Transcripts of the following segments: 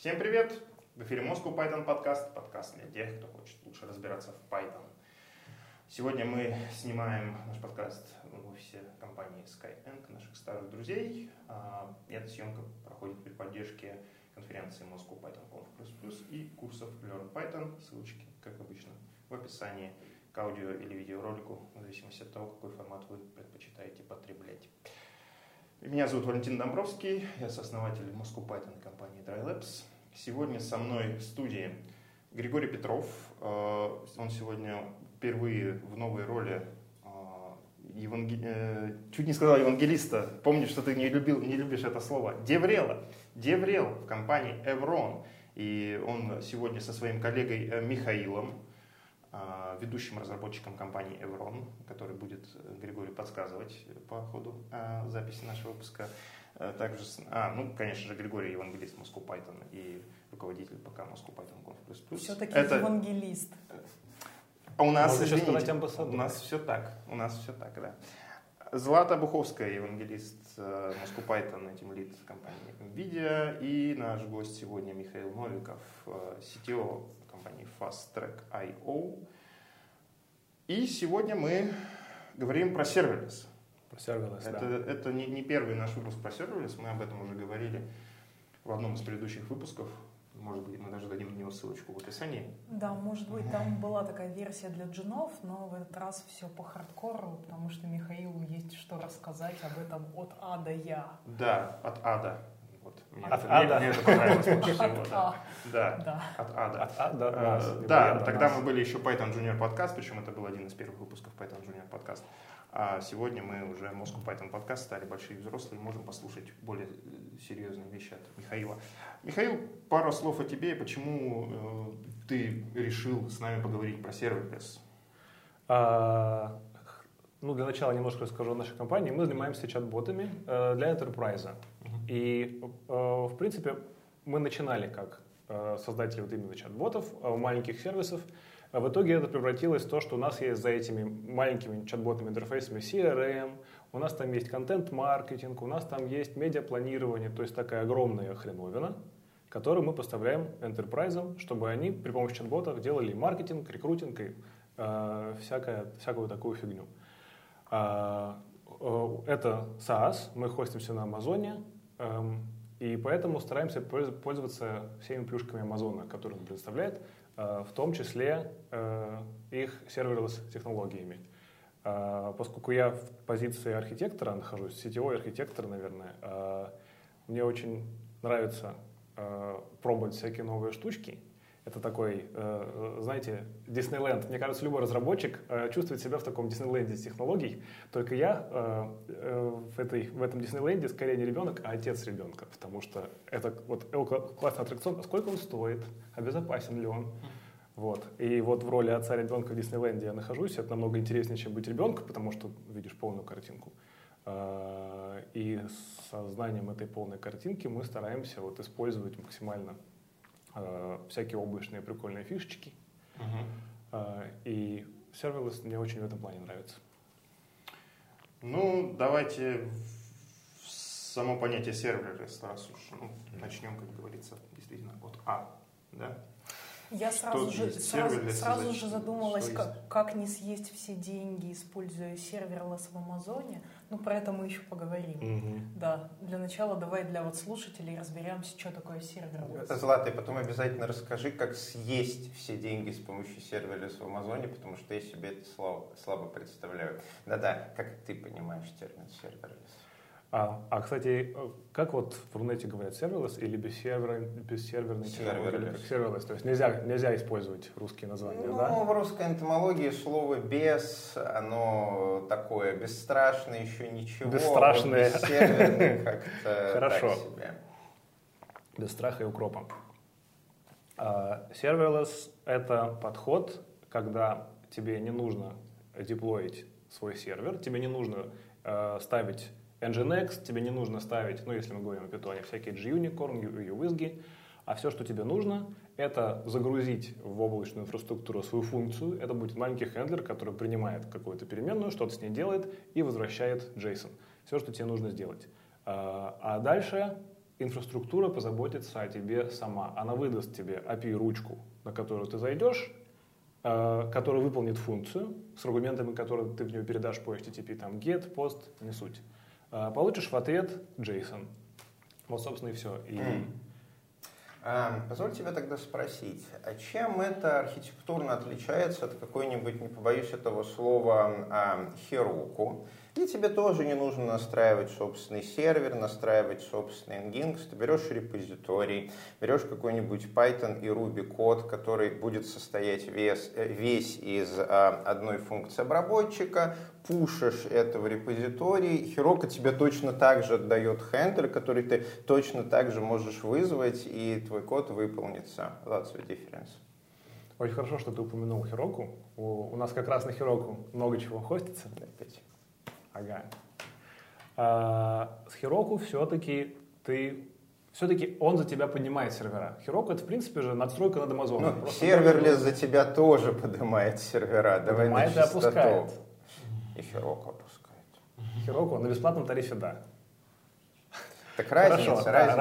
Всем привет! В эфире Moscow Python подкаст для тех, кто хочет лучше разбираться в Python. Сегодня мы снимаем наш подкаст в офисе компании Skyeng, наших старых друзей. И эта съемка проходит при поддержке конференции Moscow Python Conf++ и курсов Learn Python. Ссылочки, как обычно, в описании к аудио или видеоролику, в зависимости от того, какой формат вы предпочитаете потреблять. Меня зовут Валентин Домбровский, я сооснователь Moscow Python компании Dry Labs. Сегодня со мной в студии Григорий Петров. Он сегодня впервые в новой роли, чуть не сказал евангелиста, помню, что ты не любишь это слово, Деврел в компании Evron. И он сегодня со своим коллегой Михаилом, ведущим разработчиком компании Evron, который будет Григорию подсказывать по ходу записи нашего выпуска. Также, конечно же, Григорий евангелист Moscow Python и руководитель ПК Moscow Python Conf++. Все-таки евангелист. У нас, у нас все так, да. Злата Буховская, евангелист Moscow Python, тимлид компании NVIDIA, и наш гость сегодня Михаил Новиков, CTO компании FastTrack.io. И сегодня мы говорим про серверлесс. Это не первый наш выпуск про серверлесс, мы об этом уже говорили в одном из предыдущих выпусков. Может быть, мы даже дадим на него ссылочку в описании. Да, может быть, там была такая версия для джунов, но в этот раз все по хардкору, потому что Михаилу есть что рассказать об этом от А до Я. Да, от ада. Вот. Мне это понравилось. От А до нас. Да, тогда мы были еще Python Junior подкаст, причем это был один из первых выпусков Python Junior подкаст. А сегодня мы уже Moscow Python подкаст, стали большие взрослые, можем послушать более серьезные вещи от Михаила. Михаил, пару слов о тебе, почему ты решил с нами поговорить про серверлесс? Для начала немножко расскажу о нашей компании. Мы занимаемся чат-ботами для Enterprise. И, в принципе, мы начинали как создатели вот именно чат-ботов, маленьких сервисов. В итоге это превратилось в то, что у нас есть за этими маленькими чат-ботными интерфейсами CRM, у нас там есть контент-маркетинг, у нас там есть медиапланирование, то есть такая огромная хреновина, которую мы поставляем enterprise, чтобы они при помощи чат-ботов делали маркетинг, рекрутинг и всякую такую фигню. Это SaaS, мы хостимся на Амазоне, и поэтому стараемся пользоваться всеми плюшками Амазона, которые он предоставляет, в том числе их серверлесс-технологиями. Поскольку я в позиции архитектора нахожусь, сетевой архитектор, наверное, мне очень нравится пробовать всякие новые штучки. Это такой, знаете, Диснейленд. Мне кажется, любой разработчик чувствует себя в таком Диснейленде технологий. Только я в этом Диснейленде скорее не ребенок, а отец ребенка. Потому что это вот классный аттракцион. А сколько он стоит? А безопасен ли он? Вот. И вот в роли отца ребенка в Диснейленде я нахожусь. Это намного интереснее, чем быть ребенком, потому что видишь полную картинку. И со знанием этой полной картинки мы стараемся вот использовать максимально всякие облачные прикольные фишечки. И серверлесс мне очень в этом плане нравится. Давайте само понятие серверлесс, раз уж начнем, как говорится, действительно от А. Да? Я сразу же задумалась, как не съесть все деньги, используя серверлесс в Амазоне. Про это мы еще поговорим. Да, для начала давай для слушателей разберемся, что такое серверлесс. Злата, и потом обязательно расскажи, как съесть все деньги с помощью серверлесс в Амазоне, потому что я себе это слабо представляю. Да-да, как ты понимаешь термин серверлесс? Кстати, как вот в Рунете говорят, серверлесс или бессерверный технологии, как серверлесс? То есть нельзя использовать русские названия, да? В русской энтомологии слово «без», оно такое бесстрашное, еще ничего. Бесстрашное. Бессерверный как-то Хорошо. так себе. Без страха и укропа. Серверлесс — это подход, когда тебе не нужно деплоить свой сервер, тебе не нужно ставить Nginx, тебе не нужно ставить, если мы говорим о Python, всякие JUnicorn, UWSGI, а все, что тебе нужно, это загрузить в облачную инфраструктуру свою функцию. Это будет маленький хендлер, который принимает какую-то переменную, что-то с ней делает и возвращает JSON. Все, что тебе нужно сделать. А дальше инфраструктура позаботится о тебе сама. Она выдаст тебе API-ручку, на которую ты зайдешь, которая выполнит функцию с аргументами, которые ты в нее передашь по HTTP, там get, post, не суть. Получишь в ответ JSON. Вот, собственно, и все. Позволь тебя тогда спросить, а чем это архитектурно отличается от какой-нибудь, не побоюсь этого слова, Heroku? И тебе тоже не нужно настраивать собственный сервер, настраивать собственный Nginx. Ты берешь репозиторий, берешь какой-нибудь Python и Ruby код, который будет состоять весь из одной функции обработчика, пушишь это в репозиторий. Heroku тебе точно так же отдает хендлер, который ты точно так же можешь вызвать, и твой код выполнится. That's the difference. Очень хорошо, что ты упомянул Heroku. У нас как раз на Heroku много чего хостится. Опять. Ага. С Heroku все-таки он за тебя поднимает сервера. Heroku это, в принципе, же надстройка над Amazon. Ну, серверлес за тебя тоже поднимает сервера. Давай на чистоту. Опускает. И Heroku опускает. Heroku на бесплатном тарифе, да. Так разница.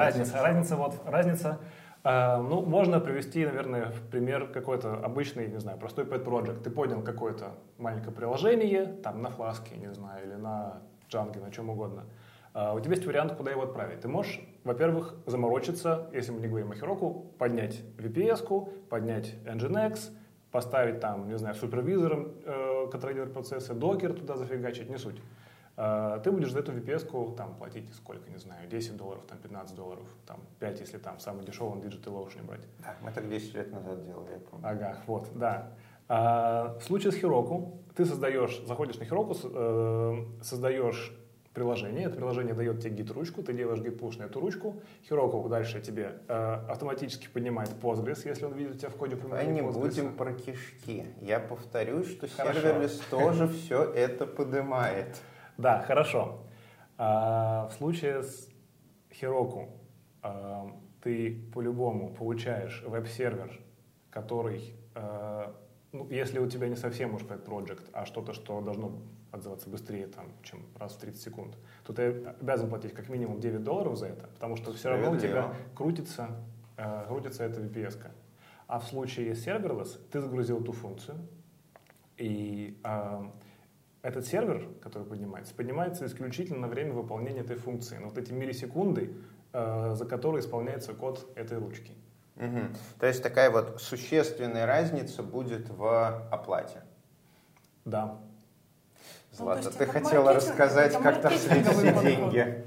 Ну, можно привести, наверное, в пример какой-то обычный, не знаю, простой pet project. Ты поднял какое-то маленькое приложение, там, на фласке, не знаю, или на Django, на чем угодно. У тебя есть вариант, куда его отправить. Ты можешь, во-первых, заморочиться, если мы не говорим о Heroku, поднять VPS-ку, поднять Nginx, поставить там, не знаю, супервизором контролировать процессы, докер туда зафигачить, не суть. Ты будешь за эту VPS-ку там платить сколько, не знаю, $10, там, $15, там, 5, если там самый дешевый DigitalOcean брать. Да, мы так 10 лет назад делали, я помню. Ага, вот, да. В случае с Heroku ты заходишь на Heroku, создаешь приложение, это приложение дает тебе git-ручку, ты делаешь git-push на эту ручку, Heroku дальше тебе автоматически поднимает Postgres, если он видит у тебя в коде упоминание Postgres. Не будем про кишки. Я повторюсь, что серверлес тоже все это поднимает. Да, хорошо. В случае с Heroku ты по-любому получаешь веб-сервер, который, ну, если у тебя не совсем уж pet project, а что-то, что должно отзываться быстрее, там, чем раз в 30 секунд, то ты обязан платить как минимум $9 за это, потому что все равно у тебя крутится эта VPS-ка. А в случае с serverless ты загрузил эту функцию, и этот сервер, который поднимается исключительно на время выполнения этой функции. Но вот эти миллисекунды, за которые исполняется код этой ручки. Угу. То есть такая вот существенная разница будет в оплате. Да. Злата, ты хотела рассказать, как там слить все деньги.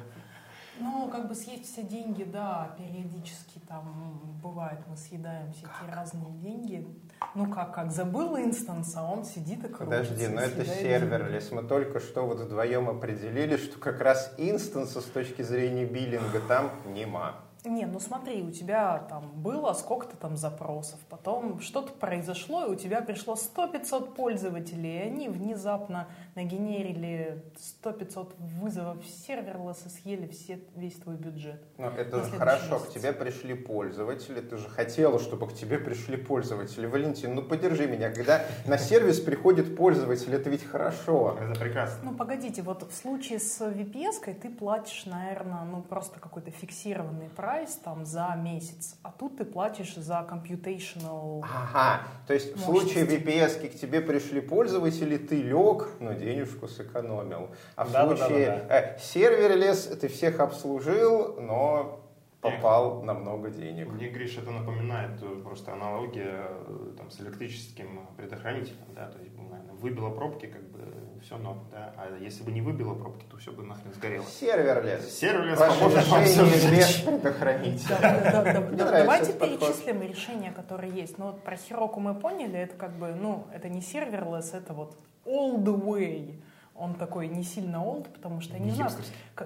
Ну, как бы съесть все деньги, да, периодически там бывает, мы съедаем всякие разные деньги. Ну как, забыл инстанс, а он сидит и крутится. Подожди, но это серверлес. Мы только что вот вдвоем определили, что как раз инстанса с точки зрения биллинга там нема. Не, ну смотри, у тебя там было сколько-то там запросов, потом что-то произошло, и у тебя пришло 100-500 пользователей, и они внезапно нагенерили 100-500 вызовов в серверлесс и съели весь твой бюджет. Ну это же хорошо, к тебе пришли пользователи, ты же хотела, чтобы к тебе пришли пользователи. Валентин, ну поддержи меня, когда на сервис приходит пользователь, это ведь хорошо. Это прекрасно. Ну погодите, вот в случае с VPS-кой ты платишь, наверное, ну просто какой-то фиксированный прайс там за месяц, а тут ты платишь за computational. Ага, то есть в случае VPS-ки к тебе пришли пользователи, ты лег, но денежку сэкономил. А в случае серверлес ты всех обслужил, но попал на много денег. Мне, Гриш, это напоминает просто аналогия там, с электрическим предохранителем. Да? То есть, наверное, выбило пробки, как бы все норм. Да? А если бы не выбило пробки, то все бы нахрен сгорело. Серверлес. Серверлес поможет вам все без предохранителя. Давайте перечислим решения, которые есть. Ну вот про Heroku мы поняли, это как бы, ну, это не серверлес, это вот all the way. Он такой не сильно old, потому что я не знаю,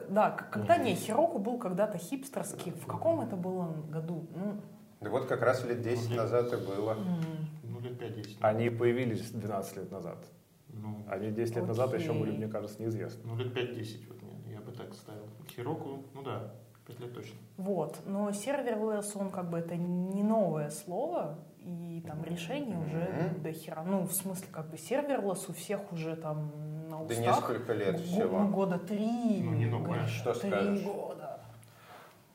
когда Heroku был когда-то хипстерский, в каком это было году? Да вот как раз лет 10 назад и было. Ну, лет 5-10. Они появились 12 лет назад. Они 10 лет назад еще были, мне кажется, неизвестны. Ну, лет 5-10, вот я бы так ставил. Heroku, ну да, 5 лет точно. Вот, но серверлесс, он как бы это не новое слово, и там решений уже до хера. Ну, в смысле, как бы серверлесс у всех уже там на устах. Да несколько лет всего. Года 3. Ну, не новое. Что скажешь? 3 года.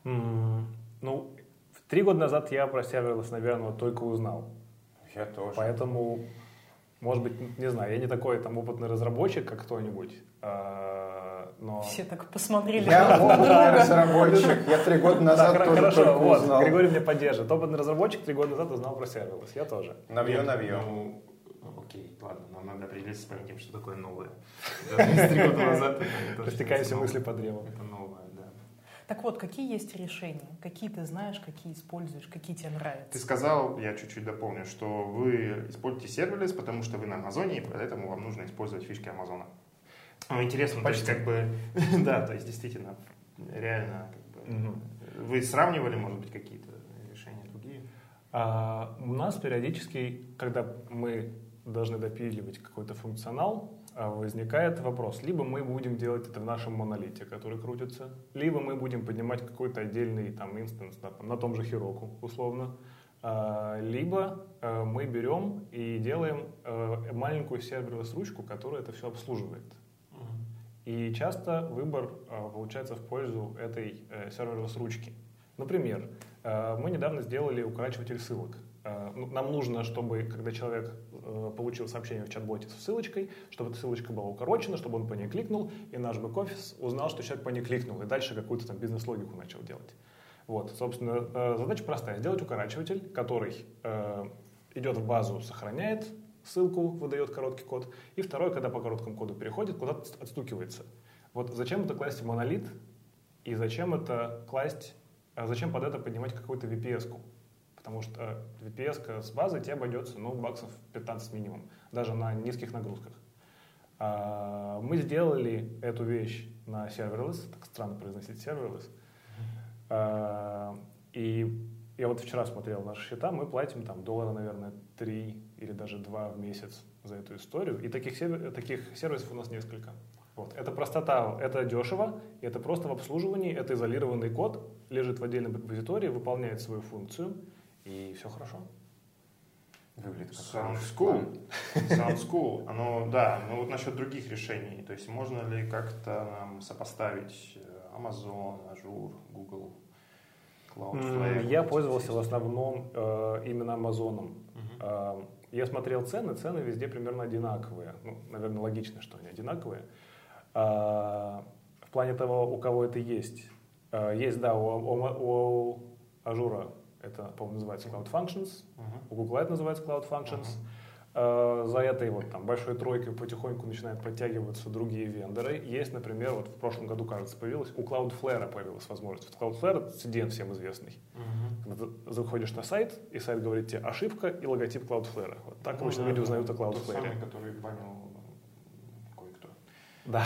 Ну, 3 года назад я про серверлесс, наверное, только узнал. Я тоже. Поэтому, может быть, не знаю, я не такой там опытный разработчик, как кто-нибудь, но... Все так посмотрели Я друг на опытный друга. разработчик, я 3 года назад тоже Хорошо, только вот, узнал. Григорий меня поддержит. Опытный разработчик 3 года назад узнал про серверлесс, я тоже. Навью. Ну, окей, ладно, нам надо определиться с понятием, что такое новое. 3 года назад. Растекаемся мысли по древу. Это новое, да. Так вот, какие есть решения? Какие ты знаешь, какие используешь, какие тебе нравятся? Ты сказал, я чуть-чуть дополню, что вы используете серверлесс, потому что вы на Амазоне, и поэтому вам нужно использовать фишки Амазона. Ну, интересно, то есть как бы, да, то есть действительно, реально, как бы, вы сравнивали, может быть, какие-то решения другие? У нас периодически, когда мы должны допиливать какой-то функционал, возникает вопрос, либо мы будем делать это в нашем монолите, который крутится, либо мы будем поднимать какой-то отдельный там инстанс на том же Heroku, условно, либо мы берем и делаем маленькую серверлесс-ручку, которая это все обслуживает. И часто выбор получается в пользу этой серверлесс-ручки. Например, мы недавно сделали укорачиватель ссылок. Нам нужно, чтобы, когда человек получил сообщение в чат-боте со ссылочкой, чтобы эта ссылочка была укорочена, чтобы он по ней кликнул, и наш бэк-офис узнал, что человек по ней кликнул, и дальше какую-то там бизнес-логику начал делать. Вот, собственно, задача простая. Сделать укорачиватель, который идет в базу, сохраняет ссылку, выдает короткий код, и второй, когда по короткому коду переходит, куда-то отстукивается. Вот зачем это класть в монолит, и зачем это класть, зачем под это поднимать какую-то VPS-ку? Потому что VPS с базы тебе обойдется, баксов 15 минимум, даже на низких нагрузках. Мы сделали эту вещь на serverless, так странно произносить serverless. И я вот вчера смотрел наши счета, мы платим там $3, наверное, 3 или даже 2 в месяц за эту историю. И таких сервисов у нас несколько. Вот. Это простота, это дешево, это просто в обслуживании, это изолированный код, лежит в отдельном репозитории, выполняет свою функцию, и все хорошо. Выглядит как Sounds cool. Sounds cool. Да, но вот насчет других решений. То есть можно ли как-то нам сопоставить Amazon, Azure, Google, Cloudflare? Я пользовался в основном именно Amazon. Я смотрел цены везде примерно одинаковые. Наверное, логично, что они одинаковые. В плане того, у кого это есть. Есть, да, у Azure это, по-моему, называется Cloud Functions, у Google это называется Cloud Functions. За этой вот там большой тройкой потихоньку начинают подтягиваться другие вендоры. Есть, например, вот в прошлом году, кажется, появилась, у Cloudflare появилась возможность. Cloudflare — это CDN всем известный. Когда ты заходишь на сайт, и сайт говорит тебе ошибка и логотип Cloudflare. Вот так обычно люди узнают о Cloudflare. Тот самый, который банил кое-кто. Да.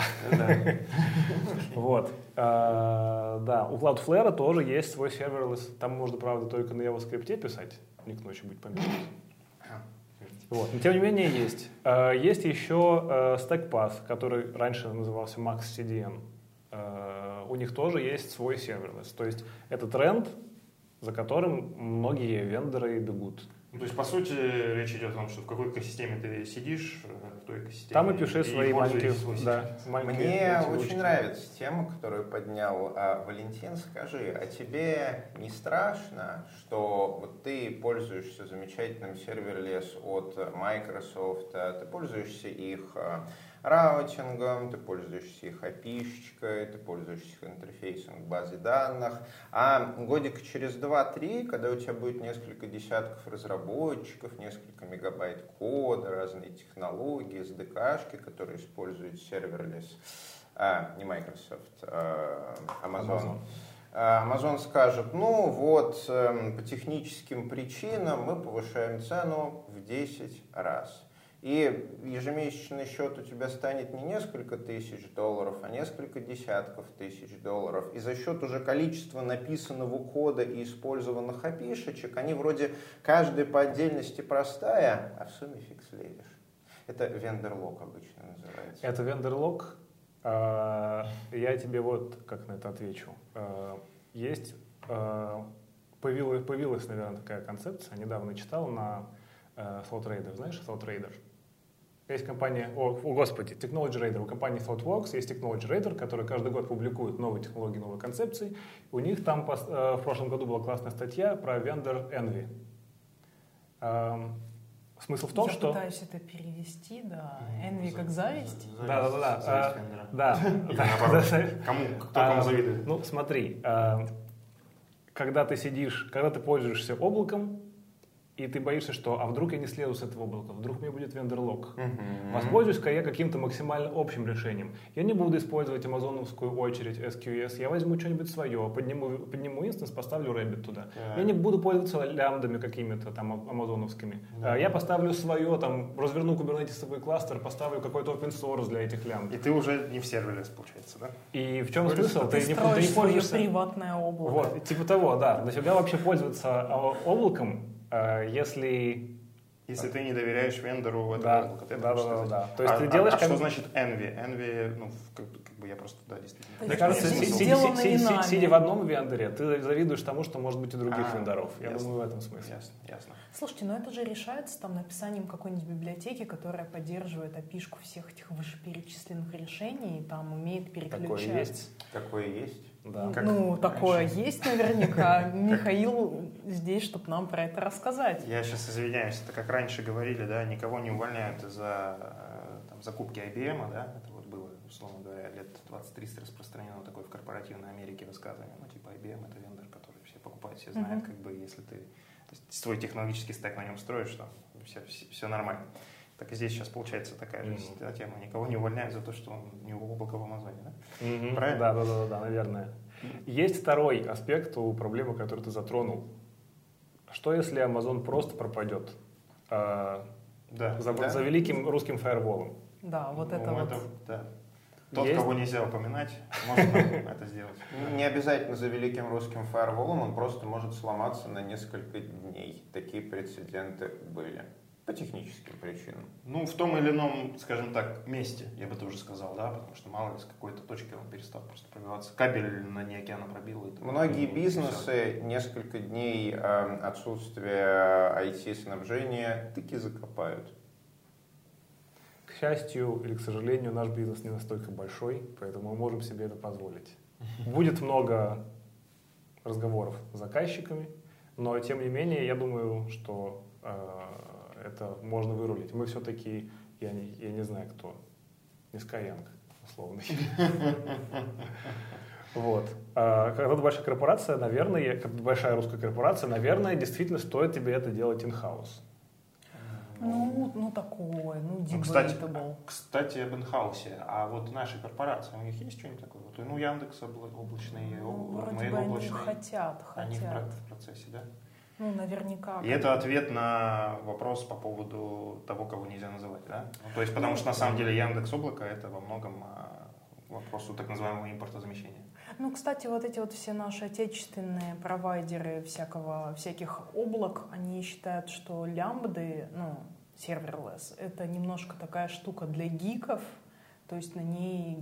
Вот. Да, у Cloudflare тоже есть свой серверлесс. Там можно, правда, только на JavaScript писать. Не к ночи будет поменять. Вот. Но тем не менее есть. Есть еще StackPath, который раньше назывался Max CDN. У них тоже есть свой серверлесс. То есть это тренд, за которым многие вендоры бегут. То есть, по сути, речь идет о том, что в какой экосистеме ты сидишь, в той экосистеме. Там и пиши свои маленькие. Мне очень нравится тема, которую поднял Валентин. Скажи, а тебе не страшно, что вот ты пользуешься замечательным серверлесс от Microsoft, ты пользуешься их раутингом, ты пользуешься их API-шечкой, ты пользуешься их интерфейсом к базе данных, а годик через 2-3, когда у тебя будет несколько десятков разработчиков, несколько мегабайт кода, разные технологии, SDK-шки, которые используют серверлесс, не Microsoft, Amazon. Amazon скажет, по техническим причинам мы повышаем цену в 10 раз. И ежемесячный счет у тебя станет не несколько тысяч $, а несколько десятков тысяч $. И за счет уже количества написанного кода и использованных API-шечек, они вроде каждая по отдельности простая, а в сумме фиг слезешь. Это vendor-lock обычно называется. Это vendor-lock. Я тебе вот как на это отвечу. Появилась, наверное, такая концепция. Недавно читал на SlowTrader. Знаешь SlowTrader? есть компания, Technology Radar. У компании ThoughtWorks есть Technology Radar, который каждый год публикует новые технологии, новые концепции. У них там в прошлом году была классная статья про vendor envy. Смысл в том, что... Я пытаюсь это перевести, да. Envy как зависть. Да. Кто кому завидует? Ну, смотри, когда ты пользуешься облаком, и ты боишься, что, а вдруг я не слезу с этого облака, вдруг мне будет вендор-лок. Воспользуюсь-ка я каким-то максимально общим решением. Я не буду использовать амазоновскую очередь SQS, я возьму что-нибудь свое, подниму инстанс, поставлю Rabbit туда. Я не буду пользоваться лямбдами какими-то там амазоновскими. Я поставлю свое, там, разверну кубернетисовый кластер, поставлю какой-то open source для этих лямбд. И ты уже не в серверлес, получается, да? И в чем смысл? Ты не пользуешься приватное облако. Вот, типа того, да. Нафига вообще пользоваться облаком, если ты не доверяешь вендору этого облака. Да. То есть ты делаешь... что значит envy? Envy, ну, как бы я просто, да, действительно... Мне кажется, сидя в одном вендоре, ты завидуешь тому, что может быть у других вендоров. Я думаю, в этом смысле. Ясно. Слушайте, но это же решается там написанием какой-нибудь библиотеки, которая поддерживает API-шку всех этих вышеперечисленных решений и там умеет переключать. Такое есть? Да. Такое есть наверняка. Михаил здесь, чтобы нам про это рассказать. Я сейчас извиняюсь, это как раньше говорили, да, никого не увольняют из-за закупки IBM, да, это вот было, условно говоря, лет 20-30 распространено такое в корпоративной Америке высказывание, типа IBM это вендор, который все покупают, все знают, как бы, если ты свой технологический стек на нем строишь, то все нормально. Так и здесь сейчас получается такая же тема. Никого не увольняют за то, что он не облако в Амазоне, да? Правильно? Да, наверное. Есть второй аспект у проблемы, которую ты затронул. Что если Amazon просто пропадет за великим русским фаерволом? Да, вот это вот. Тот, кого нельзя упоминать, может это сделать. Не обязательно за великим русским фаерволом, он просто может сломаться на несколько дней. Такие прецеденты были. По техническим причинам. Ну, в том или ином, скажем так, месте, я бы тоже сказал, да, потому что мало ли с какой-то точки он перестал просто пробиваться. Кабель на дне океана пробил. Многие бизнесы несколько дней отсутствия IT-снабжения таки закопают. К счастью или к сожалению, наш бизнес не настолько большой, поэтому мы можем себе это позволить. Будет много разговоров с заказчиками, но тем не менее, я думаю, что это можно вырулить. Мы все-таки, я не знаю кто, не Skyeng, условно. Вот. Когда ты большая корпорация, наверное, большая русская корпорация, наверное, действительно стоит тебе это делать in-house. Такое, debatable. Кстати, об in-house. А вот наши корпорации, у них есть что-нибудь такое? Вот, Яндекс облачный, вроде бы они хотят. Они в процессе, да? Наверняка. И это ответ на вопрос по поводу того, кого нельзя называть, да? То есть, потому что на самом деле Яндекс.Облако это во многом вопрос так называемого импортозамещения. Кстати, вот эти вот все наши отечественные провайдеры всяких облак, они считают, что лямбды, serverless, это немножко такая штука для гиков. То есть на ней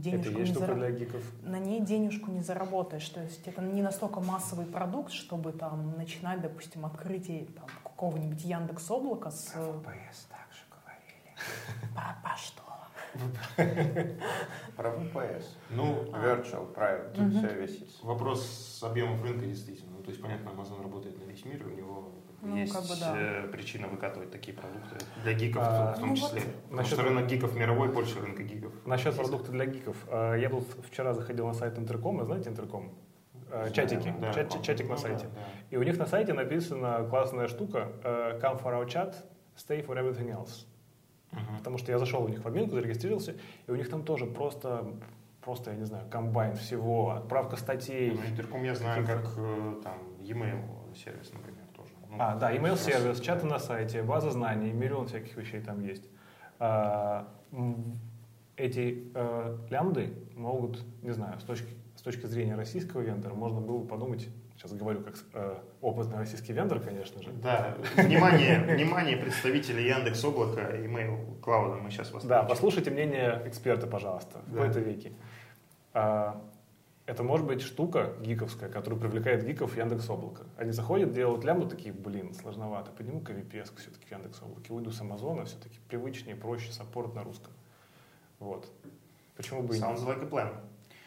денежку не заработаешь. То есть это не настолько массовый продукт, чтобы там начинать, допустим, открытие какого-нибудь Яндекс.Облака с... Про VPS также говорили. Про что? Про VPS. Virtual Private Services. Вопрос с объемом рынка действительно. То есть, понятно, Amazon работает на весь мир, у него есть причина выкатывать такие продукты для гиков в том числе. Потому что рынок гиков мировой больше рынка гиков. Насчет продукта для гиков. Я тут вчера заходил на сайт Интеркома, знаете Интерком? Чатики. Чатик на сайте. И у них на сайте написана классная штука Come for our chat, stay for everything else. Потому что я зашел у них в админку, зарегистрировался, и у них там тоже просто я не знаю, комбайн всего, отправка статей. Интерком я знаю, как там e-mail сервис, например, тоже. Email сервис, чаты на сайте, база знаний, миллион всяких вещей там есть. Эти лямбды могут, не знаю, с точки зрения российского вендора, можно было подумать, сейчас говорю как опытный российский вендор, конечно же. Да, внимание представителей Яндекс.Облака, Email Cloud, мы сейчас вас... Да, послушайте мнение эксперта, пожалуйста, в кои-то веки. Это может быть штука гиковская, которая привлекает гиков в Яндекс.Облако. Они заходят, делают лямбду, такие, сложновато, подниму-ка VPS все-таки в Яндекс.Облаке, уйду с Амазона, все-таки привычнее, проще, саппорт на русском. Вот. Почему бы и Sounds like a plan.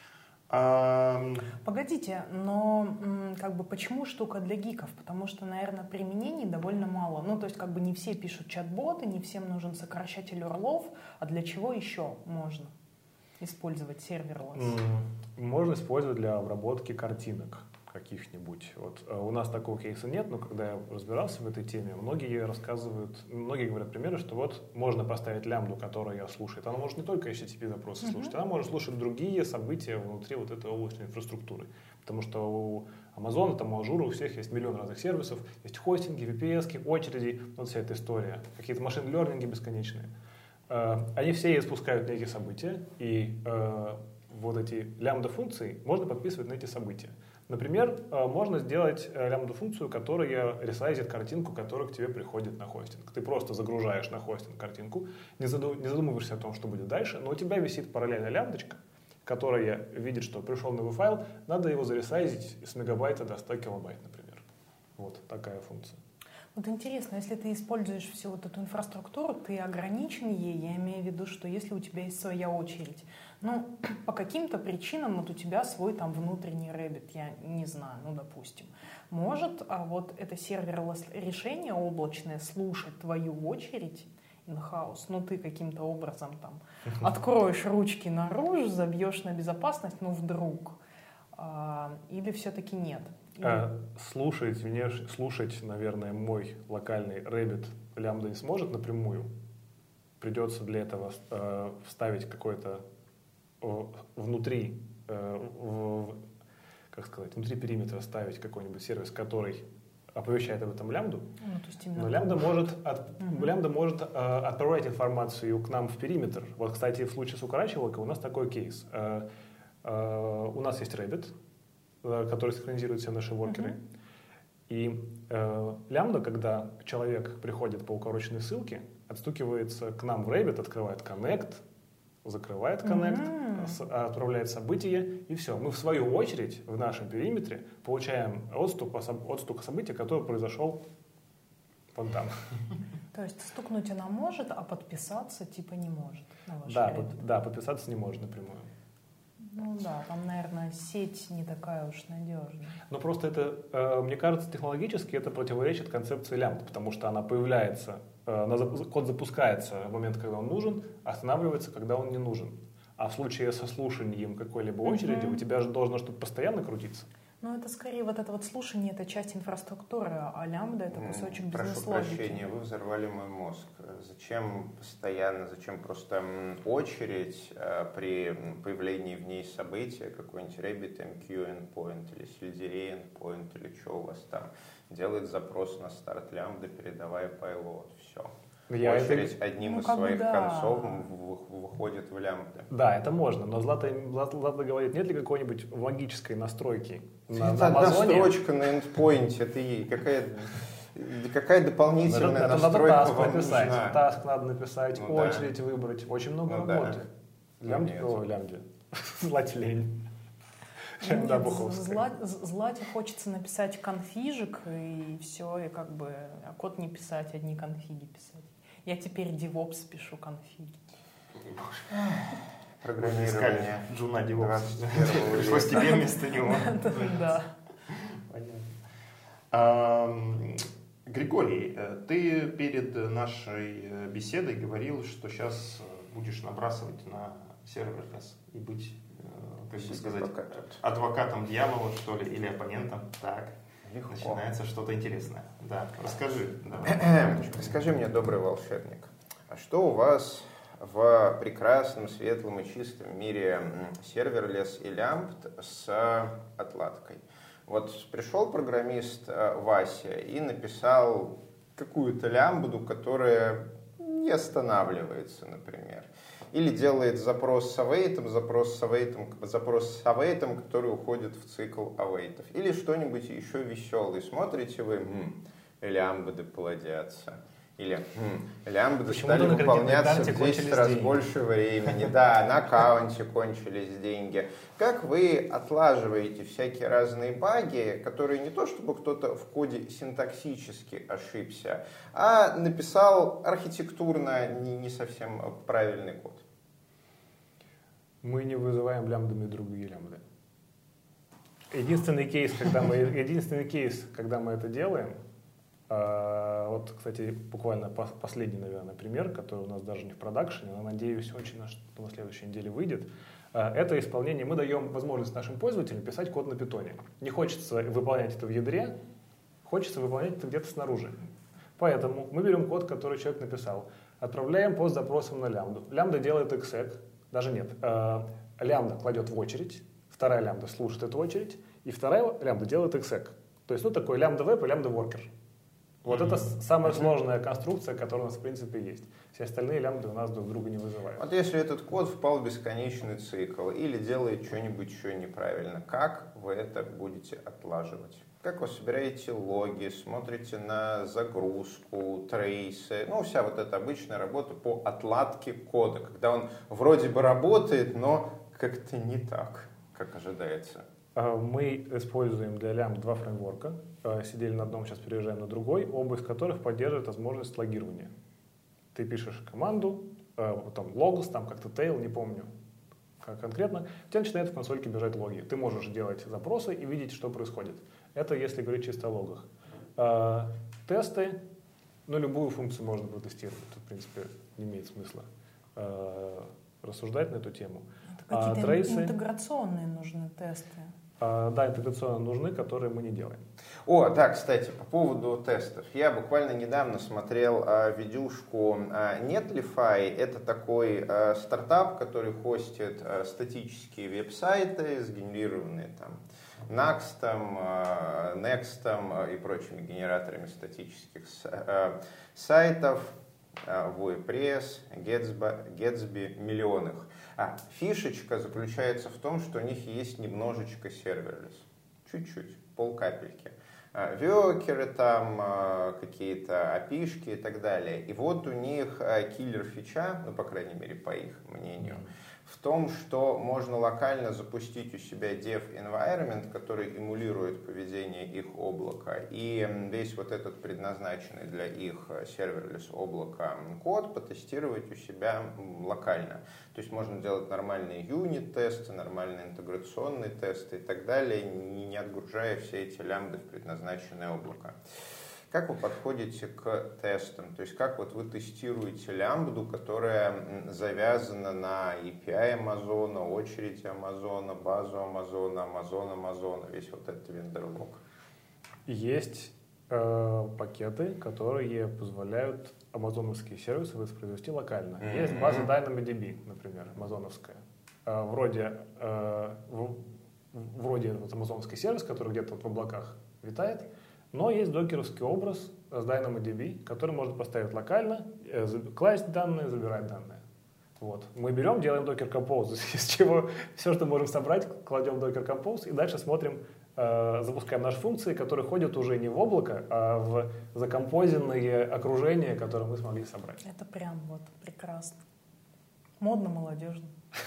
Погодите, но как бы почему штука для гиков? Потому что, наверное, применений довольно мало. Ну, то есть как бы не все пишут чат-боты, не всем нужен сокращатель URL-ов, а для чего еще можно использовать серверлесс? Можно использовать для обработки картинок каких-нибудь. Вот. У нас такого кейса нет, но когда я разбирался в этой теме, многие говорят примеры, что вот можно поставить лямбду, которая слушает. Она может не только HTTP запросы слушать, она может слушать другие события внутри вот этой облачной инфраструктуры. Потому что у Amazon, там у Azure, у всех есть миллион разных сервисов, есть хостинги, VPS, очереди, вот вся эта история, какие-то машин-лернинги бесконечные. Они все спускают на эти события, и вот эти лямбда-функции можно подписывать на эти события. Например, можно сделать лямбда-функцию, которая ресайзит картинку, которая к тебе приходит на хостинг. Ты просто загружаешь на хостинг картинку, не задумываешься о том, что будет дальше, но у тебя висит параллельно лямбдочка, которая видит, что пришел новый файл, надо его заресайзить с мегабайта до 100 килобайт, например. Вот такая функция. Вот интересно, если ты используешь всю вот эту инфраструктуру, ты ограничен ей, я имею в виду, что если у тебя есть своя очередь, ну, по каким-то причинам вот у тебя свой там внутренний Rabbit, я не знаю, ну, допустим, может вот это серверлесс решение облачное слушать твою очередь in-house, ну, ты каким-то образом там откроешь ручки наружу, забьешь на безопасность, ну, вдруг, или все-таки нет? Слушать, наверное, мой локальный Rabbit лямбда не сможет напрямую. Придется для этого вставить какой-то внутри периметра ставить какой-нибудь сервис, который оповещает об этом лямбду. Ну, то есть но лямбда может отправлять информацию к нам в периметр. Вот, кстати, в случае с укорачивалкой у нас такой кейс. У нас есть Rabbit, который синхронизирует все наши воркеры. И лямбда, когда человек приходит по укороченной ссылке, отстукивается к нам в Rabbit, открывает Connect, закрывает Connect, отправляет событие, и все. Мы в свою очередь в нашем периметре получаем отстук события, который произошел вон там. То есть стукнуть она может, а подписаться типа не может? Да, подписаться не может напрямую. Ну да, там, наверное, сеть не такая уж надежная. Но просто это, мне кажется, технологически это противоречит концепции лямбды, потому что она появляется, код запускается в момент, когда он нужен, останавливается, когда он не нужен. А в случае со слушанием какой-либо очереди у тебя же должно что-то постоянно крутиться. Ну, это скорее вот это вот слушание, это часть инфраструктуры, а лямбда — это кусочек бизнес-логики. Прошу прощения, вы взорвали мой мозг. Зачем просто очередь при появлении в ней события, какой-нибудь Rabbit MQ endpoint или Slidery endpoint или что у вас там, делает запрос на старт лямбды, передавая payload, все. Очередь одним из своих концов выходит в лямбды. Да, это можно, но Злата говорит, нет ли какой-нибудь магической настройки на Амазоне? Это настройка на эндпоинте, какая дополнительная настройка вам нужна? Таск надо написать, очередь выбрать, очень много работы. Лямбде. Злате лень. Злате хочется написать конфижик, и все, и как бы код не писать, одни конфиги писать. Я теперь DevOps пишу конфиги. Программирование. Джуна DevOps. Пришлось тебе вместо него. Да. Понятно. Григорий, ты перед нашей беседой говорил, что сейчас будешь набрасывать на серверлесс и быть, как бы сказать, адвокатом дьявола, что ли, или оппонентом. Так. Легко. Начинается что-то интересное. Да, расскажи. Скажи мне, добрый волшебник, а что у вас в прекрасном, светлом и чистом мире серверлесс и лямбд с отладкой? Вот пришел программист Вася и написал какую-то лямбду, которая не останавливается, например. Или делает запрос с await, запрос с await, который уходит в цикл await. Или что-нибудь еще веселое. Смотрите вы, лямбды плодятся. Или лямбды стали выполняться в 10 раз больше времени. Да, на аккаунте кончились деньги. Как вы отлаживаете всякие разные баги, которые не то чтобы кто-то в коде синтаксически ошибся, а написал архитектурно не совсем правильный код? Мы не вызываем лямбдами другие лямбды. Единственный кейс, когда мы это делаем, вот, кстати, буквально последний, наверное, пример, который у нас даже не в продакшене, но, надеюсь, очень на следующей неделе выйдет. Это исполнение. Мы даем возможность нашим пользователям писать код на питоне. Не хочется выполнять это в ядре, хочется выполнять это где-то снаружи. Поэтому мы берем код, который человек написал, отправляем пост запросом на лямбду. Лямбда делает exec, даже нет. Лямбда кладет в очередь, вторая лямбда слушает эту очередь, и вторая лямбда делает exec. То есть, такой лямбда веб и лямбда worker. Вот это самая сложная конструкция, которая у нас в принципе есть. Все остальные лямбды у нас друг друга не вызывают. Вот если этот код впал в бесконечный цикл или делает что-нибудь еще неправильно, как вы это будете отлаживать? Как вы собираете логи, смотрите на загрузку, трейсы, вся вот эта обычная работа по отладке кода, когда он вроде бы работает, но как-то не так, как ожидается. Мы используем для лямбд два фреймворка. Сидели на одном, сейчас переезжаем на другой, оба из которых поддерживают возможность логирования. Ты пишешь команду, потом logos, там как-то tail, не помню как конкретно, у тебя начинает в консольке бежать логи. Ты можешь делать запросы и видеть, что происходит. Это если говорить чисто о логах. Тесты, любую функцию можно протестировать. Тут, в принципе, не имеет смысла рассуждать на эту тему. Какие-то трейсы, интеграционные нужны тесты. Да, интеграционно нужны, которые мы не делаем. Да, кстати, по поводу тестов. Я буквально недавно смотрел видюшку Netlify. Это такой стартап, который хостит статические веб-сайты, сгенерированные там Next и прочими генераторами статических сайтов, WordPress, Gatsby, миллионных. Фишечка заключается в том, что у них есть немножечко серверлес. Чуть-чуть, полкапельки. Вёкеры там, какие-то API-шки и так далее. И вот у них киллер-фича, по крайней мере, по их мнению, в том, что можно локально запустить у себя dev-environment, который эмулирует поведение их облака, и весь вот этот предназначенный для их серверлес облака код потестировать у себя локально. То есть можно делать нормальные юнит-тесты, нормальные интеграционные тесты и так далее, не отгружая все эти лямбды в предназначенное облако. Как вы подходите к тестам? То есть как вы тестируете лямбду, которая завязана на API Амазона, очереди Амазона, базу Амазона, Амазона, весь вот этот вендор-лог? Есть пакеты, которые позволяют амазоновские сервисы воспроизвести локально. Есть база DynamoDB, например, амазоновская. Вроде амазоновский сервис, который где-то в облаках витает, но есть докеровский образ с DynamoDB, который можно поставить локально, класть данные, забирать данные. Мы берем, делаем Docker Compose, из чего все, что можем собрать, кладем в Docker Compose и дальше смотрим, запускаем наши функции, которые ходят уже не в облако, а в закомпозенные окружения, которые мы смогли собрать. Это прям прекрасно. Модно, молодежно.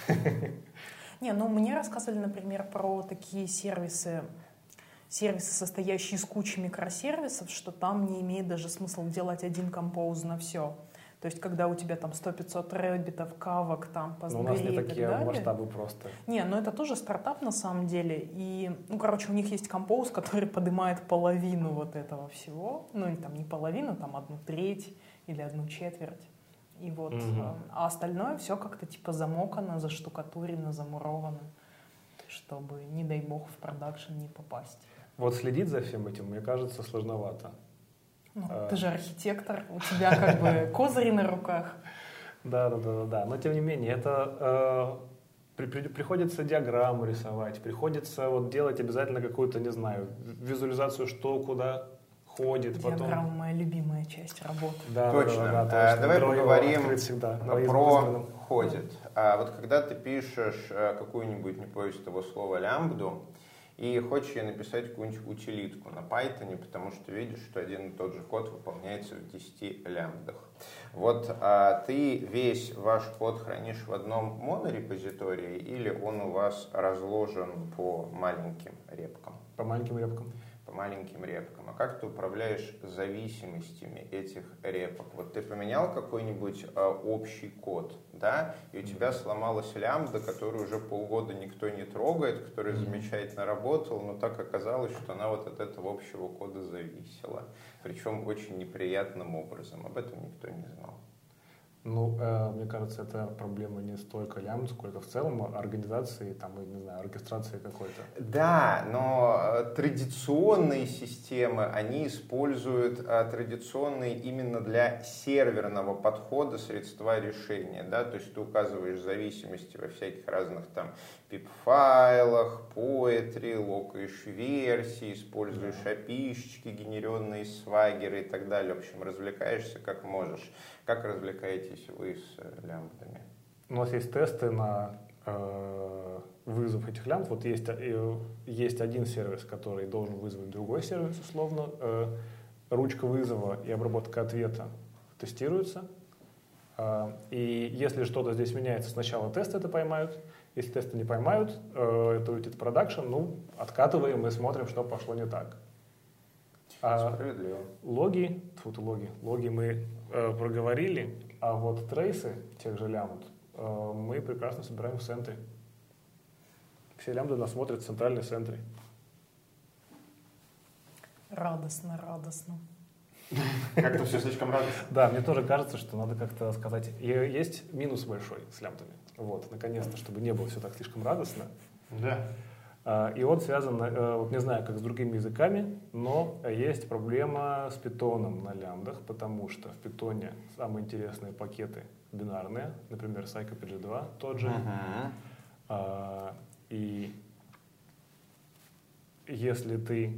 Мне рассказывали, например, про такие сервисы, состоящие из кучи микросервисов, что там не имеет даже смысла делать один композ на все. То есть, когда у тебя там 100-500 рэббитов, кавок, там, Postgre и так далее. У нас не такие масштабы просто. Это тоже стартап на самом деле. И, у них есть композ, который поднимает половину вот этого всего. Или там не половину, там 1/3 или 1/4. И а остальное все как-то замокано, заштукатурено, замуровано, чтобы, не дай бог, в продакшн не попасть. Следить за всем этим, мне кажется, сложновато. Ты же архитектор, у тебя козыри на руках. Да. Но тем не менее, это приходится диаграмму рисовать, приходится делать обязательно какую-то, не знаю, визуализацию, что куда ходит. Диаграмма — моя любимая часть работы. Да, точно. Давай поговорим про ходит. Когда ты пишешь какую-нибудь, не боюсь этого слова, лямбду, и хочешь ей написать какую-нибудь утилитку на Python, потому что видишь, что один и тот же код выполняется в 10 лямбдах. Вот ты весь ваш код хранишь в одном монорепозитории или он у вас разложен по маленьким репкам? По маленьким репкам. По маленьким репкам. А как ты управляешь зависимостями этих репок? Вот ты поменял какой-нибудь общий код, да, и у тебя сломалась лямбда, которую уже полгода никто не трогает, которая замечательно работала, но так оказалось, что она вот от этого общего кода зависела. Причем очень неприятным образом. Об этом никто не знал. Ну, мне кажется, это проблема не столько лямбд, сколько в целом организации, там, не знаю, оркестрации какой-то. Да, но традиционные системы, они используют традиционные именно для серверного подхода средства решения, да, то есть ты указываешь зависимости во всяких разных там pip-файлах, poetry, локаешь версии, используешь API-шечки, генеренные из Swagger и так далее, в общем, развлекаешься как можешь. Как развлекаетесь вы с лямбдами? У нас есть тесты на вызов этих лямбд. Вот есть один сервис, который должен вызвать другой сервис, условно. Ручка вызова и обработка ответа тестируются. И если что-то здесь меняется, сначала тесты это поймают. Если тесты не поймают, это уйдет в продакшн, ну, откатываем и смотрим, что пошло не так. Справедливо. Логи мы проговорили, а вот трейсы тех же лямбд мы прекрасно собираем в центре. Все лямбды у нас смотрят в центральной центре. Радостно. Как-то все слишком радостно. Да, мне тоже кажется, что надо как-то сказать. Есть минус большой с лямбдами. Вот, наконец-то, чтобы не было все так слишком радостно. Да. И он связан, вот не знаю, как с другими языками, но есть проблема с питоном на лямбдах, потому что в питоне самые интересные пакеты бинарные, например, scikit-pg2 тот же. И если ты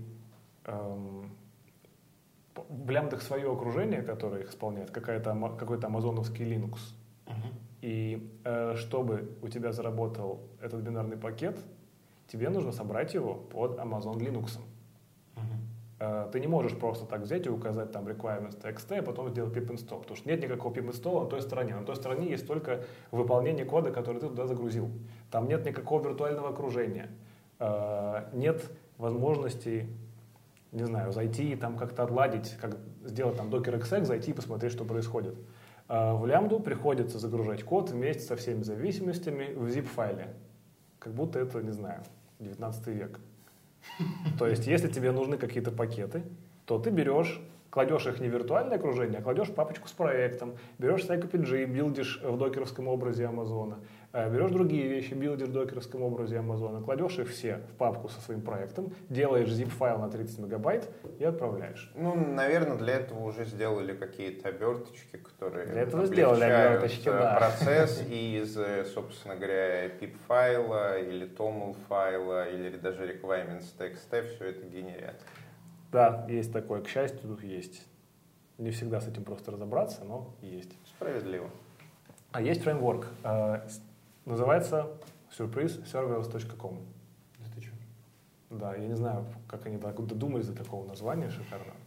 в лямбдах свое окружение, которое их исполняет, какой-то амазоновский Linux, и чтобы у тебя заработал этот бинарный пакет, тебе нужно собрать его под Amazon Linux. Ты не можешь просто так взять и указать там requirements.txt, а потом сделать pip install, потому что нет никакого pip install на той стороне. На той стороне есть только выполнение кода, который ты туда загрузил. Там нет никакого виртуального окружения. Нет возможности, не знаю, зайти и там как-то отладить, как сделать там docker exec, зайти и посмотреть, что происходит. В лямбду приходится загружать код вместе со всеми зависимостями в zip-файле. Как будто это, не знаю, 19 век. То есть, если тебе нужны какие-то пакеты, то ты кладешь их не в виртуальное окружение, а кладешь папочку с проектом, берешь scikit-pg, билдишь в докеровском образе Амазона, берешь другие вещи, билдишь в докеровском образе Амазона, кладешь их все в папку со своим проектом, делаешь zip-файл на 30 мегабайт и отправляешь. Ну, наверное, для этого уже сделали какие-то оберточки, которые для этого сделали оберточки, да. Процесс из, собственно говоря, pip-файла или toml-файла или даже requirements.txt все это генерят. Да, есть такое. К счастью, тут есть. Не всегда с этим просто разобраться, но есть. Справедливо. А есть фреймворк. Называется surpriseserverless.com. Это что? Да, я не знаю, как они додумались до такого названия шикарного.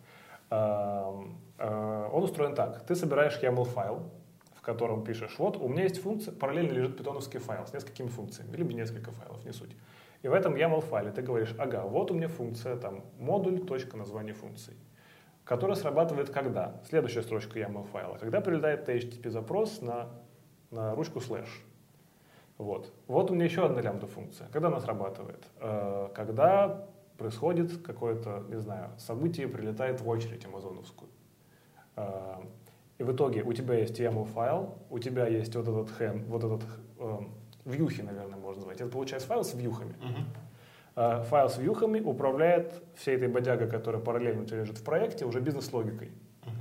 Он устроен так. Ты собираешь YAML-файл, в котором пишешь, вот у меня есть функция, параллельно лежит питоновский файл с несколькими функциями, либо несколько файлов, не суть. И в этом YAML-файле ты говоришь, ага, вот у меня функция, там, модуль, точка, название функции, которая срабатывает когда? Следующая строчка YAML-файла. Когда прилетает HTTP-запрос на ручку слэш. Вот у меня еще одна лямбда-функция. Когда она срабатывает? Когда происходит какое-то, не знаю, событие, прилетает в очередь амазоновскую. И в итоге у тебя есть YAML-файл, у тебя есть вот этот вьюхи, наверное, можно назвать. Это получается файл с вьюхами. Файл с вьюхами управляет всей этой бодягой, которая параллельно у тебя лежит в проекте, уже бизнес-логикой.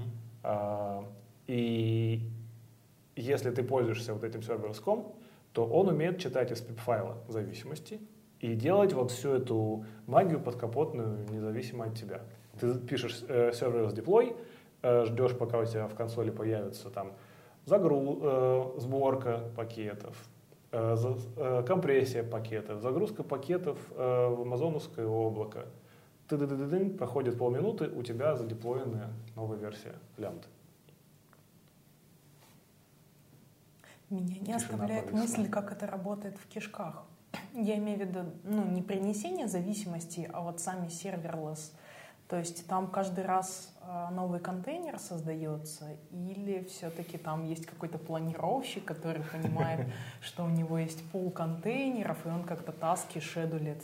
И если ты пользуешься вот этим serverless.com, то он умеет читать из pip-файла зависимости и делать вот всю эту магию подкапотную, независимо от тебя. Ты пишешь serverless deploy, ждешь, пока у тебя в консоли появится там сборка пакетов, компрессия пакетов, загрузка пакетов в амазоновское облако. Проходит полминуты, у тебя задеплоенная новая версия лямбды. Меня не оставляет мысль, как это работает в кишках. Я имею в виду, не принесение зависимостей, а вот сами serverless. То есть там каждый раз новый контейнер создается, или все-таки там есть какой-то планировщик, который понимает, что у него есть пул контейнеров, и он как-то таски шедулит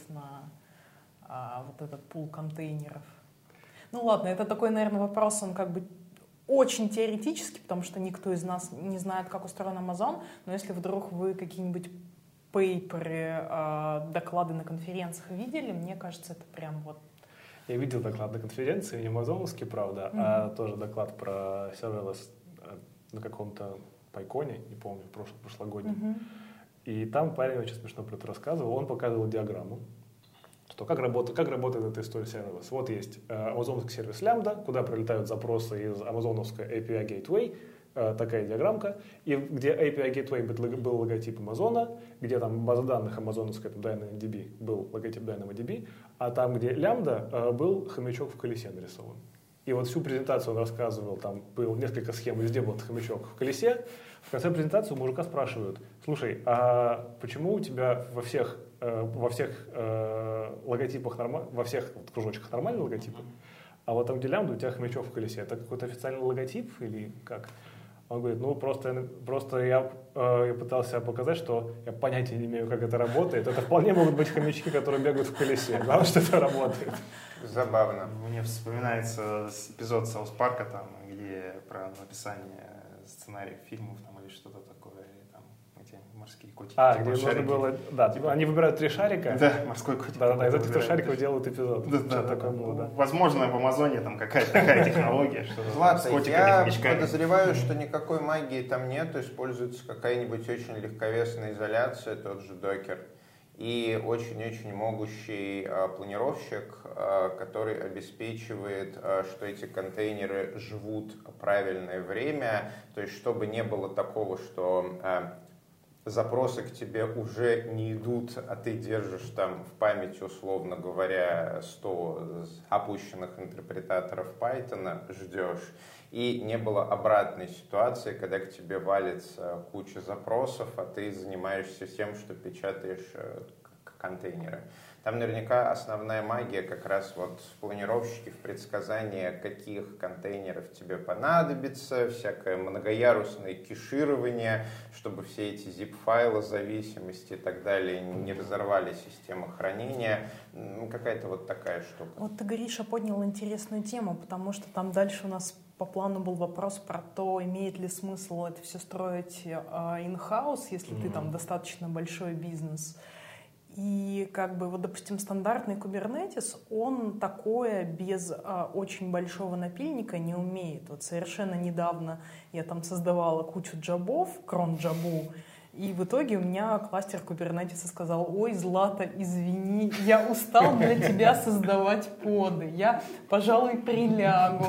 на вот этот пул контейнеров. Ну ладно, это такой, наверное, вопрос, он как бы очень теоретический, потому что никто из нас не знает, как устроен Amazon, но если вдруг вы какие-нибудь пейперы, доклады на конференциях видели, мне кажется, это прям вот... Я видел доклад на конференции, не амазоновский, правда, а тоже доклад про serverless на каком-то пайконе, не помню, прошлогоднем. И там парень очень смешно про это рассказывал. Он показывал диаграмму, что как работает эта история serverless. Вот есть амазоновский сервис Lambda, куда прилетают запросы из амазоновской API Gateway, такая диаграммка, и где API Gateway был логотип Амазона, где там база данных амазоновская, DynamoDB, был логотип DynamoDB, а там, где Lambda, был хомячок в колесе нарисован. И вот всю презентацию он рассказывал, там было несколько схем, везде был хомячок в колесе. В конце презентации у мужика спрашивают: слушай, а почему у тебя во всех логотипах, во всех кружочках нормальные логотипы, а вот там, где Lambda, у тебя хомячок в колесе, это какой-то официальный логотип или как? Он говорит, просто я пытался показать, что я понятия не имею, как это работает. Это вполне могут быть хомячки, которые бегают в колесе. Главное, что это работает. Забавно. Мне вспоминается эпизод Саус Парка, там, где про написание сценариев фильмов там, или что-то такое. Там, эти морские котики. Где нужно было... Да, они выбирают 3 шарика. Да, морской котик. Да, из этих 3 шариков делают эпизод. Да, такое было, да. Возможно, в Амазоне там какая-то такая технология, что Злата, я подозреваю, что никакой магии там нет, используется какая-нибудь очень легковесная изоляция, тот же докер, и очень-очень могущий планировщик, который обеспечивает, что эти контейнеры живут правильное время, то есть чтобы не было такого, что запросы к тебе уже не идут, а ты держишь там в памяти, условно говоря, 100 опущенных интерпретаторов Python, ждешь. И не было обратной ситуации, когда к тебе валится куча запросов, а ты занимаешься тем, что печатаешь контейнеры. Там наверняка основная магия как раз вот в планировщике, в предсказании, каких контейнеров тебе понадобится, всякое многоярусное кеширование, чтобы все эти zip-файлы, зависимости и так далее не разорвали систему хранения. Какая-то вот такая штука. Вот ты, Гриша, поднял интересную тему, потому что там дальше у нас по плану был вопрос про то, имеет ли смысл это все строить in-house, если ты там достаточно большой бизнес. И как бы, вот, допустим, стандартный Kubernetes, он такое без очень большого напильника не умеет. Вот совершенно недавно я там создавала кучу джабов, крон-джабу, и в итоге у меня кластер Kubernetes сказал: ой, Злата, извини, я устал для тебя создавать поды, я, пожалуй, прилягу.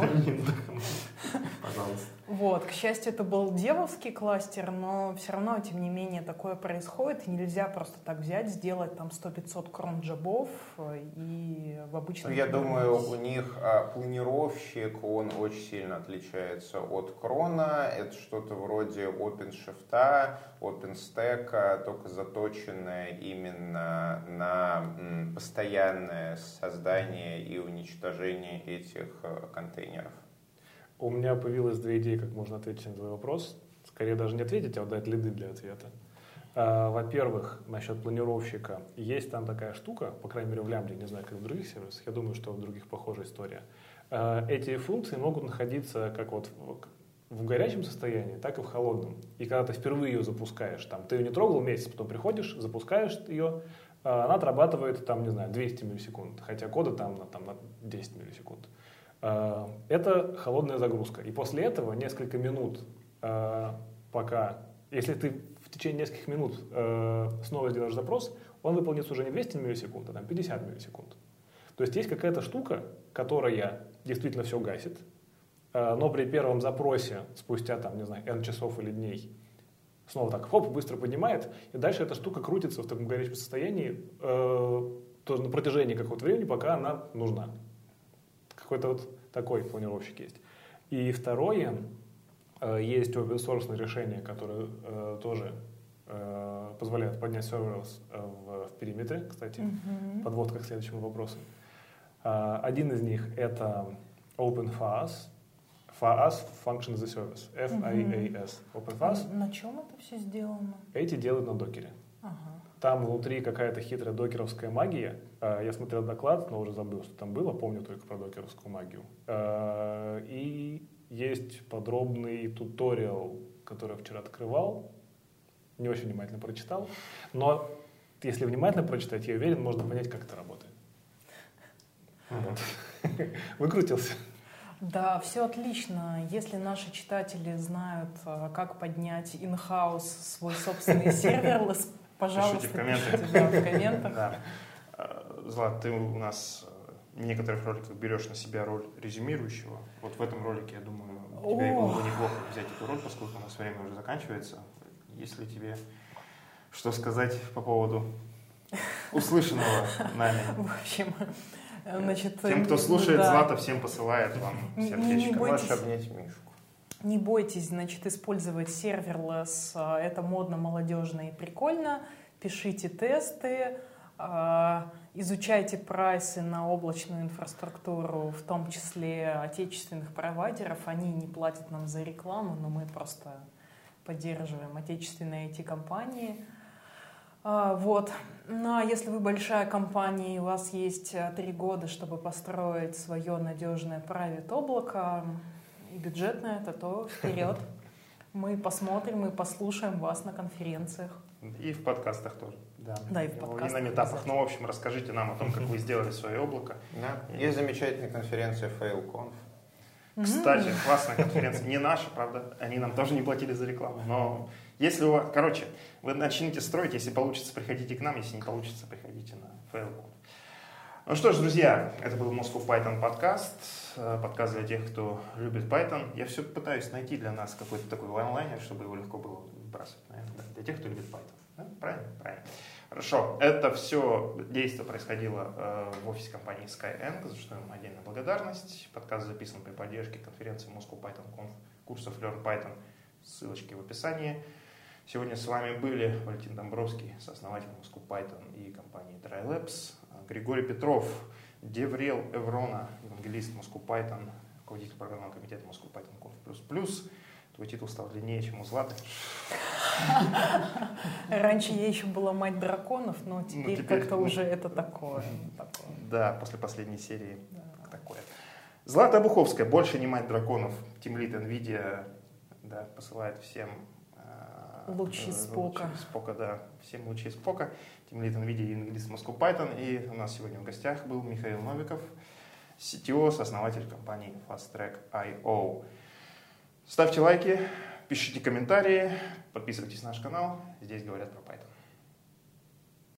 Пожалуйста. Вот, к счастью, это был девовский кластер, но все равно, тем не менее, такое происходит, и нельзя просто так взять, сделать там 100-500 крон-джабов и в обычном... Я думаю, у них планировщик, он очень сильно отличается от крона, это что-то вроде OpenShift, OpenStack, только заточенное именно на постоянное создание и уничтожение этих контейнеров. У меня появилось 2 идеи, как можно ответить на твой вопрос. Скорее даже не ответить, а дать лиды для ответа. Во-первых, насчет планировщика. Есть там такая штука, по крайней мере в Lambda, не знаю, как в других сервисах, я думаю, что в других похожая история. Эти функции могут находиться как вот в горячем состоянии, так и в холодном. И когда ты впервые ее запускаешь, там, ты ее не трогал месяц, потом приходишь, запускаешь ее, она отрабатывает, там, не знаю, 200 миллисекунд, хотя кода там на 10 миллисекунд. Это холодная загрузка. И после этого несколько минут, пока, если ты в течение нескольких минут снова сделаешь запрос, он выполнится уже не 200 миллисекунд, а там 50 миллисекунд. То есть есть какая-то штука, которая действительно все гасит, но при первом запросе, спустя там, не знаю, N часов или дней, снова так, хоп, быстро поднимает, и дальше эта штука крутится в таком горячем состоянии тоже на протяжении какого-то времени, пока она нужна. Какой-то вот такой планировщик есть. И второе, есть open-source решение, которое тоже позволяет поднять serverless в периметре, кстати, подводка к следующему вопросу. Один из них это OpenFaaS, FaaS, Function as a Service, FaaS, OpenFaaS. На чем это все сделано? Эти делают на докере. Там внутри какая-то хитрая докеровская магия. Я смотрел доклад, но уже забыл, что там было, помню только про докеровскую магию. И есть подробный туториал, который я вчера открывал, не очень внимательно прочитал, но если внимательно прочитать, я уверен, можно понять, как это работает. Выкрутился. Да, все отлично. Если наши читатели знают, как поднять in-house свой собственный серверлесс, пожалуйста, пишите в комментах. Да. Злат, ты у нас в некоторых роликах берешь на себя роль резюмирующего. Вот в этом ролике, я думаю, тебе было бы неплохо взять эту роль, поскольку у нас время уже заканчивается. Есть ли тебе что сказать по поводу услышанного нами? В общем, значит, тем, кто слушает, да. Злата всем посылает вам сердечко. Можешь обнять Мишку. Не бойтесь, значит, использовать серверлесс. Это модно, молодежно и прикольно. Пишите тесты, изучайте прайсы на облачную инфраструктуру, в том числе отечественных провайдеров. Они не платят нам за рекламу, но мы просто поддерживаем отечественные IT-компании. Вот. Ну, а если вы большая компания, и у вас есть 3 года, чтобы построить свое надежное private облако, и бюджет на это, то вперед. Мы посмотрим и послушаем вас на конференциях. И в подкастах тоже. Да, и в подкастах. И на метапах. Ну, в общем, расскажите нам о том, как вы сделали свое облако. Да. Есть замечательная конференция FailConf. Кстати, классная конференция. Не наша, правда. Они нам тоже не платили за рекламу. Но если у вас... Короче, вы начните строить. Если получится, приходите к нам. Если не получится, приходите на FailConf. Ну что ж, друзья, это был Moscow Python подкаст. Подкаст для тех, кто любит Python. Я все пытаюсь найти для нас какой-то такой онлайнер, чтобы его легко было выбрасывать. Наверное, для тех, кто любит Python. Да? Правильно? Правильно. Хорошо. Это все действие происходило в офисе компании Skyeng, за что им отдельная благодарность. Подкаст записан при поддержке конференции Moscow Python Conf, курсов Learn Python. Ссылочки в описании. Сегодня с вами были Валентин Домбровский, сооснователь Moscow Python и компании Dry Labs, Григорий Петров, Деврел Эврона, евангелист Moscow Python, руководитель программного комитета Moscow Python Conf++. Твой титул стал длиннее, чем у Златы. Раньше я еще была мать драконов, но теперь как-то уже это такое. Да, после последней серии такое. Злата Обуховская, больше не мать драконов. Тимлид NVIDIA посылает всем лучи Спока. Да, всем лучи Спока. Тимлид NVIDIA и евангелист Moscow Python. И у нас сегодня в гостях был Михаил Новиков, CTO, сооснователь компании FastTrack.io. Ставьте лайки, пишите комментарии, подписывайтесь на наш канал. Здесь говорят про Python.